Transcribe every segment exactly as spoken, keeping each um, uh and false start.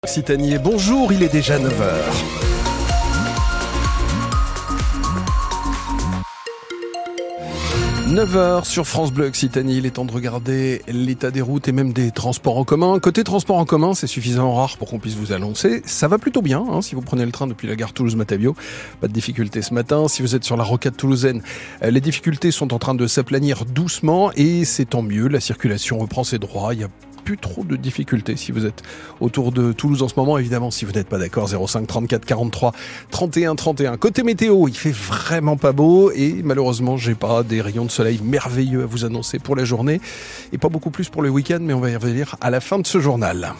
Occitanie, bonjour, il est déjà neuf heures. neuf heures sur France Bleu Occitanie, il est temps de regarder l'état des routes et même des transports en commun. Côté transports en commun, c'est suffisamment rare pour qu'on puisse vous annoncer. Ça va plutôt bien, hein, si vous prenez le train depuis la gare Toulouse-Matavio. Pas de difficultés ce matin. Si vous êtes sur la rocade toulousaine, les difficultés sont en train de s'aplanir doucement et c'est tant mieux. La circulation reprend ses droits. Il y a plus trop de difficultés si vous êtes autour de Toulouse en ce moment. Évidemment, si vous n'êtes pas d'accord, zéro cinq trente-quatre quarante-trois trente et un trente et un. Côté météo, il fait vraiment pas beau et malheureusement, j'ai pas des rayons de soleil merveilleux à vous annoncer pour la journée et pas beaucoup plus pour le week-end, mais on va y revenir à la fin de ce journal.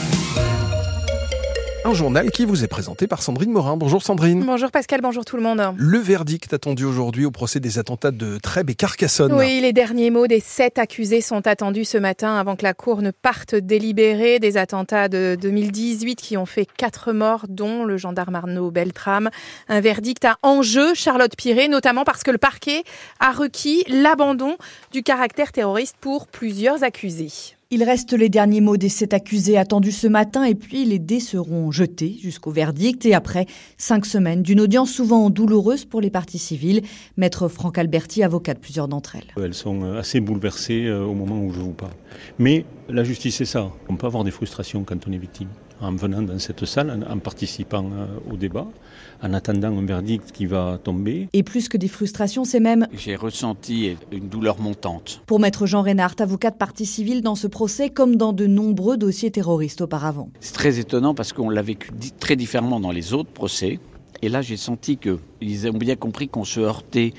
Un journal qui vous est présenté par Sandrine Morin. Bonjour Sandrine. Bonjour Pascal, bonjour tout le monde. Le verdict attendu aujourd'hui au procès des attentats de Trèbes et Carcassonne. Oui, les derniers mots des sept accusés sont attendus ce matin avant que la cour ne parte délibérer. Des attentats de deux mille dix-huit qui ont fait quatre morts, dont le gendarme Arnaud Beltrame. Un verdict à enjeu, Charlotte Piré, notamment parce que le parquet a requis l'abandon du caractère terroriste pour plusieurs accusés. Il reste les derniers mots des sept accusés attendus ce matin et puis les dés seront jetés jusqu'au verdict et après cinq semaines d'une audience souvent douloureuse pour les parties civiles. Maître Franck Alberti, avocat de plusieurs d'entre elles. Elles sont assez bouleversées au moment où je vous parle. Mais la justice, c'est ça. On peut avoir des frustrations quand on est victime. En venant dans cette salle, en participant au débat, en attendant un verdict qui va tomber. Et plus que des frustrations, c'est même... J'ai ressenti une douleur montante. Pour maître Jean Reynard, avocat de partie civile dans ce procès, comme dans de nombreux dossiers terroristes auparavant. C'est très étonnant parce qu'on l'a vécu très différemment dans les autres procès. Et là, j'ai senti qu'ils ont bien compris qu'on se heurtait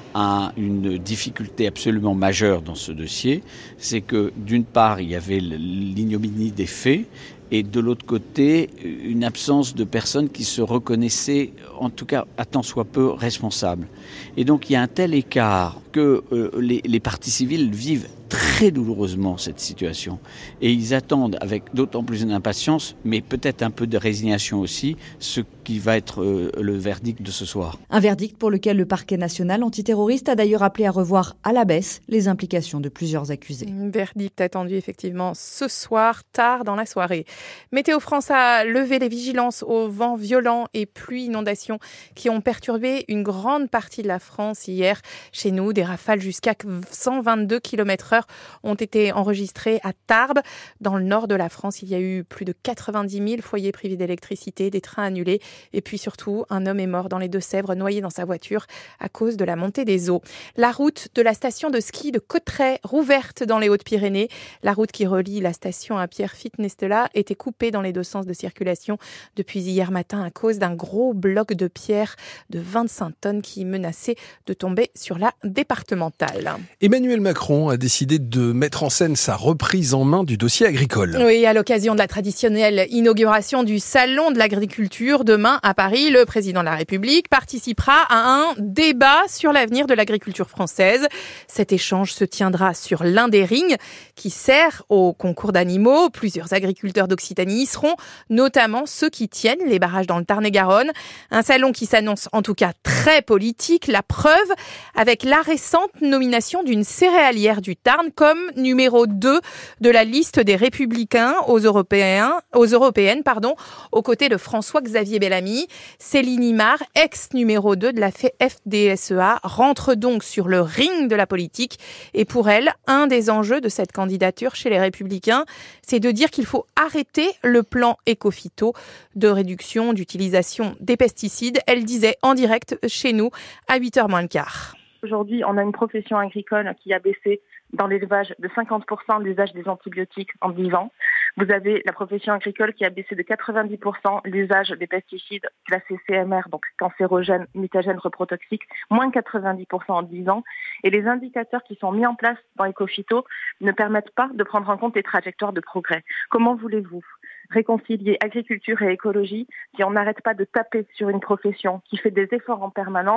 à une difficulté absolument majeure dans ce dossier. C'est que d'une part, il y avait l'ignominie des faits et de l'autre côté, une absence de personnes qui se reconnaissaient, en tout cas, à tant soit peu, responsables. Et donc, il y a un tel écart que euh, les, les parties civiles vivent très douloureusement cette situation. Et ils attendent avec d'autant plus d'impatience, mais peut-être un peu de résignation aussi, ce qui va être euh, le verdict de ce soir. Un verdict pour lequel le parquet national antiterroriste a d'ailleurs appelé à revoir à la baisse les implications de plusieurs accusés. Un verdict attendu effectivement ce soir, tard dans la soirée. Météo France a levé les vigilances aux vents violents et pluies inondations qui ont perturbé une grande partie de la France hier. Chez nous, des rafales jusqu'à cent vingt-deux kilomètres heure ont été enregistrées à Tarbes. Dans le nord de la France, il y a eu plus de quatre-vingt-dix mille foyers privés d'électricité, des trains annulés et puis surtout, un homme est mort dans les Deux-Sèvres, noyé dans sa voiture à cause de la montée des eaux. La route de la station de ski de Cauterets, rouverte dans les Hautes-Pyrénées. La route qui relie la station à Pierrefitte-Nestela était coupée dans les deux sens de circulation depuis hier matin à cause d'un gros bloc de pierre de vingt-cinq tonnes qui menaçait de tomber sur la départementale. Emmanuel Macron a décidé de mettre en scène sa reprise en main du dossier agricole. Oui, à l'occasion de la traditionnelle inauguration du Salon de l'agriculture demain à Paris, le président de la République participera à un débat sur l'avenir de l'agriculture française. Cet échange se tiendra sur l'un des rings qui sert au concours d'animaux. Plusieurs agriculteurs d'Occitanie y seront, notamment ceux qui tiennent les barrages dans le Tarn-et-Garonne. Un salon qui s'annonce en tout cas très politique. La preuve avec la récente nomination d'une céréalière du Tarn comme numéro deux de la liste des Républicains aux Européens, aux Européennes, pardon, aux côtés de François-Xavier Bellamy. Céline Imard, ex-numéro deux de la F D S E A, rentre donc sur le ring de la politique. Et pour elle, un des enjeux de cette candidature chez les Républicains, c'est de dire qu'il faut arrêter le plan éco-phyto de réduction d'utilisation des pesticides. Elle disait en direct chez nous à huit heures moins le quart. Aujourd'hui, on a une profession agricole qui a baissé dans l'élevage de cinquante pour cent l'usage des antibiotiques en dix ans. Vous avez la profession agricole qui a baissé de quatre-vingt-dix pour cent l'usage des pesticides classés C M R, donc cancérogènes, mutagènes, reprotoxiques, moins quatre-vingt-dix pour cent en dix ans. Et les indicateurs qui sont mis en place dans Ecophyto ne permettent pas de prendre en compte les trajectoires de progrès. Comment voulez-vous réconcilier agriculture et écologie si on n'arrête pas de taper sur une profession qui fait des efforts en permanence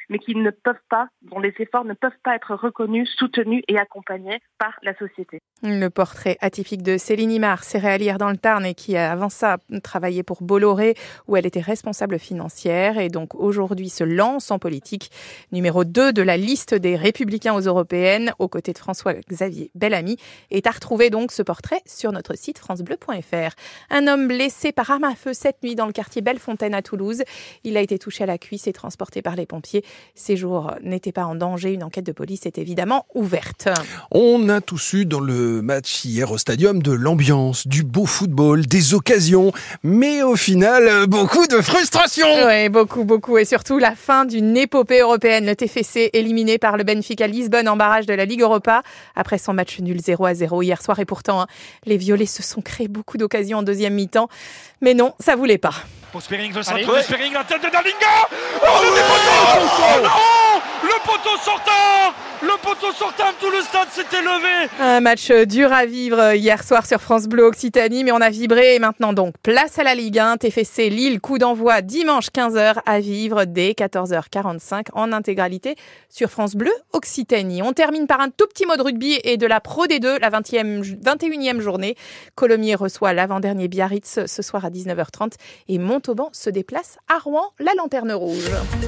mais qui ne peuvent pas, dont les efforts ne peuvent pas être reconnus, soutenus et accompagnés par la société. Le portrait atypique de Céline Imard, céréalière dans le Tarn et qui a avant ça travaillé pour Bolloré où elle était responsable financière et donc aujourd'hui se lance en politique. Numéro deux de la liste des Républicains aux Européennes aux côtés de François-Xavier Bellamy est à retrouver donc ce portrait sur notre site francebleu point f r. Un homme blessé par arme à feu cette nuit dans le quartier Bellefontaine à Toulouse. Il a été touché à la cuisse et transporté par les pompiers. Ses jours n'étaient pas en danger. Une enquête de police est évidemment ouverte. On a tous eu dans le match hier au Stadium de l'ambiance, du beau football, des occasions, mais au final, beaucoup de frustration. Oui, beaucoup, beaucoup. Et surtout la fin d'une épopée européenne. Le T F C éliminé par le Benfica Lisbonne en barrage de la Ligue Europa après son match nul zéro à zéro hier soir. Et pourtant, hein, les Violets se sont créés beaucoup d'occasions en deuxième mi-temps. Mais non, ça voulait pas. Pour Spering, le centre de Spering, la tête de Dalinga. Oh, oh, le poteau oh non, le poteau sortant. Le poteau sortant, tout le stade s'était levé. Un match dur à vivre hier soir sur France Bleu Occitanie, mais on a vibré et maintenant donc place à la Ligue un. T F C Lille, coup d'envoi dimanche quinze heures à vivre dès quatorze heures quarante-cinq en intégralité sur France Bleu Occitanie. On termine par un tout petit mot de rugby et de la Pro D deux, la vingtième, vingt et unième journée. Colomiers reçoit l'avant-dernier Biarritz ce soir à dix-neuf heures trente et Montauban se déplace à Rouen, la Lanterne Rouge.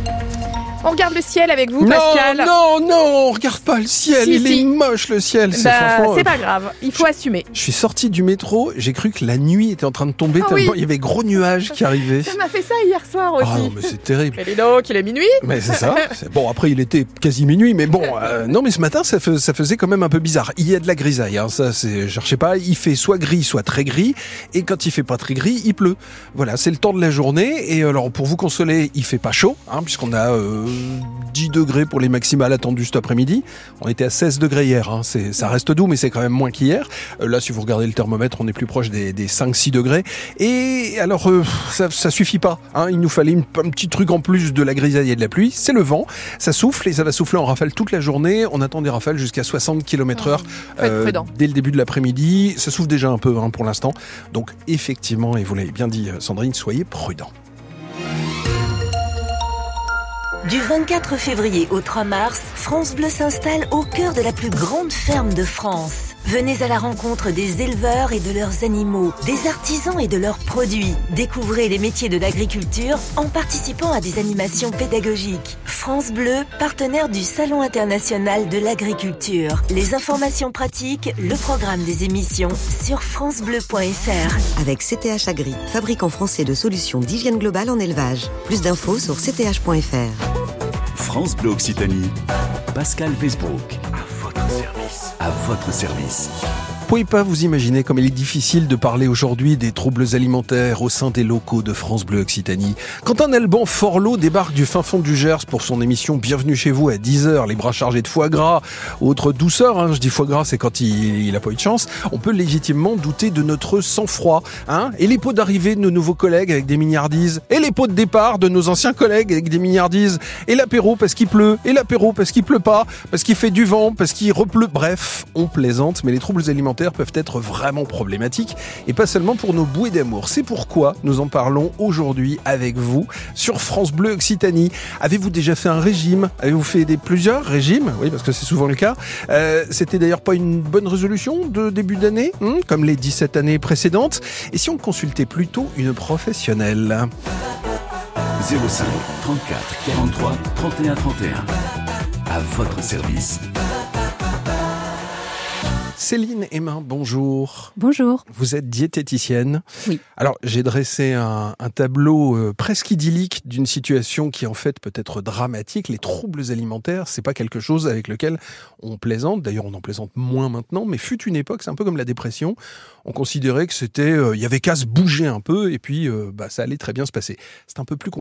On regarde le ciel avec vous, non, Pascal. Non, non, on regarde pas le ciel. Si, il si. est moche, le ciel. C'est, bah, franchement, c'est pas grave, il faut je, assumer. Je suis sorti du métro, j'ai cru que la nuit était en train de tomber Ah tellement oui. il y avait gros nuages qui arrivaient. Ça m'a fait ça hier soir aussi. Ah non, mais c'est terrible. Mais dis donc, il est minuit. Mais c'est ça. C'est, bon, après, il était quasi minuit, mais bon, euh, non, mais ce matin, ça, fais, ça faisait quand même un peu bizarre. Il y a de la grisaille, hein, ça, c'est, je sais pas, il fait soit gris, soit très gris, et quand il fait pas très gris, il pleut. Voilà, c'est le temps de la journée, et alors, pour vous consoler, il fait pas chaud, hein, puisqu'on a euh, dix degrés pour les maximales attendues cet après-midi. On était à seize degrés hier, hein, c'est, ça reste doux, mais c'est quand même moins qu'hier. Euh, là, si vous regardez le thermomètre, on est plus proche des, des cinq six degrés. Et alors, euh, ça, ça suffit pas, hein, il nous fallait une, un petit truc en plus de la grisaille et de la pluie, c'est le vent. Ça souffle et ça va souffler en rafale toute la journée. On attend des rafales jusqu'à soixante kilomètres heure euh, dès le début de l'après-midi. Ça souffle déjà un peu hein, pour l'instant. Donc effectivement, et vous l'avez bien dit Sandrine, soyez prudents. Du vingt-quatre février au trois mars, France Bleu s'installe au cœur de la plus grande ferme de France. Venez à la rencontre des éleveurs et de leurs animaux, des artisans et de leurs produits. Découvrez les métiers de l'agriculture en participant à des animations pédagogiques. France Bleu, partenaire du Salon international de l'agriculture. Les informations pratiques, le programme des émissions sur francebleu point f r. Avec C T H Agri, fabricant français de solutions d'hygiène globale en élevage. Plus d'infos sur c t h point f r. France Bleu Occitanie, Pascal Westbrook, à votre service. À votre service. Vous pouvez pas vous imaginer comme il est difficile de parler aujourd'hui des troubles alimentaires au sein des locaux de France Bleu Occitanie. Quand un Alban Forlot débarque du fin fond du Gers pour son émission Bienvenue chez vous à dix heures, les bras chargés de foie gras, autre douceur, hein, je dis foie gras c'est quand il, il a pas eu de chance, on peut légitimement douter de notre sang-froid. Hein, et les pots d'arrivée de nos nouveaux collègues avec des mignardises, et les pots de départ de nos anciens collègues avec des mignardises, et l'apéro parce qu'il pleut, et l'apéro parce qu'il pleut pas, parce qu'il fait du vent, parce qu'il repleut. Bref, on plaisante, mais les troubles alimentaires peuvent être vraiment problématiques et pas seulement pour nos bouées d'amour. C'est pourquoi nous en parlons aujourd'hui avec vous sur France Bleu Occitanie. Avez-vous déjà fait un régime ? Avez-vous fait des plusieurs régimes ? Oui, parce que c'est souvent le cas. Euh, c'était d'ailleurs pas une bonne résolution de début d'année, hein, comme les dix-sept années précédentes. Et si on consultait plutôt une professionnelle ? zéro cinq trente-quatre quarante-trois trente et un trente et un. À votre service. Céline Hémin, bonjour. Bonjour. Vous êtes diététicienne. Oui. Alors, j'ai dressé un, un tableau euh, presque idyllique d'une situation qui, en fait, peut être dramatique. Les troubles alimentaires, c'est pas quelque chose avec lequel on plaisante. D'ailleurs, on en plaisante moins maintenant, mais fut une époque, c'est un peu comme la dépression. On considérait que c'était, il euh, y avait qu'à se bouger un peu et puis, euh, bah, ça allait très bien se passer. C'est un peu plus compliqué.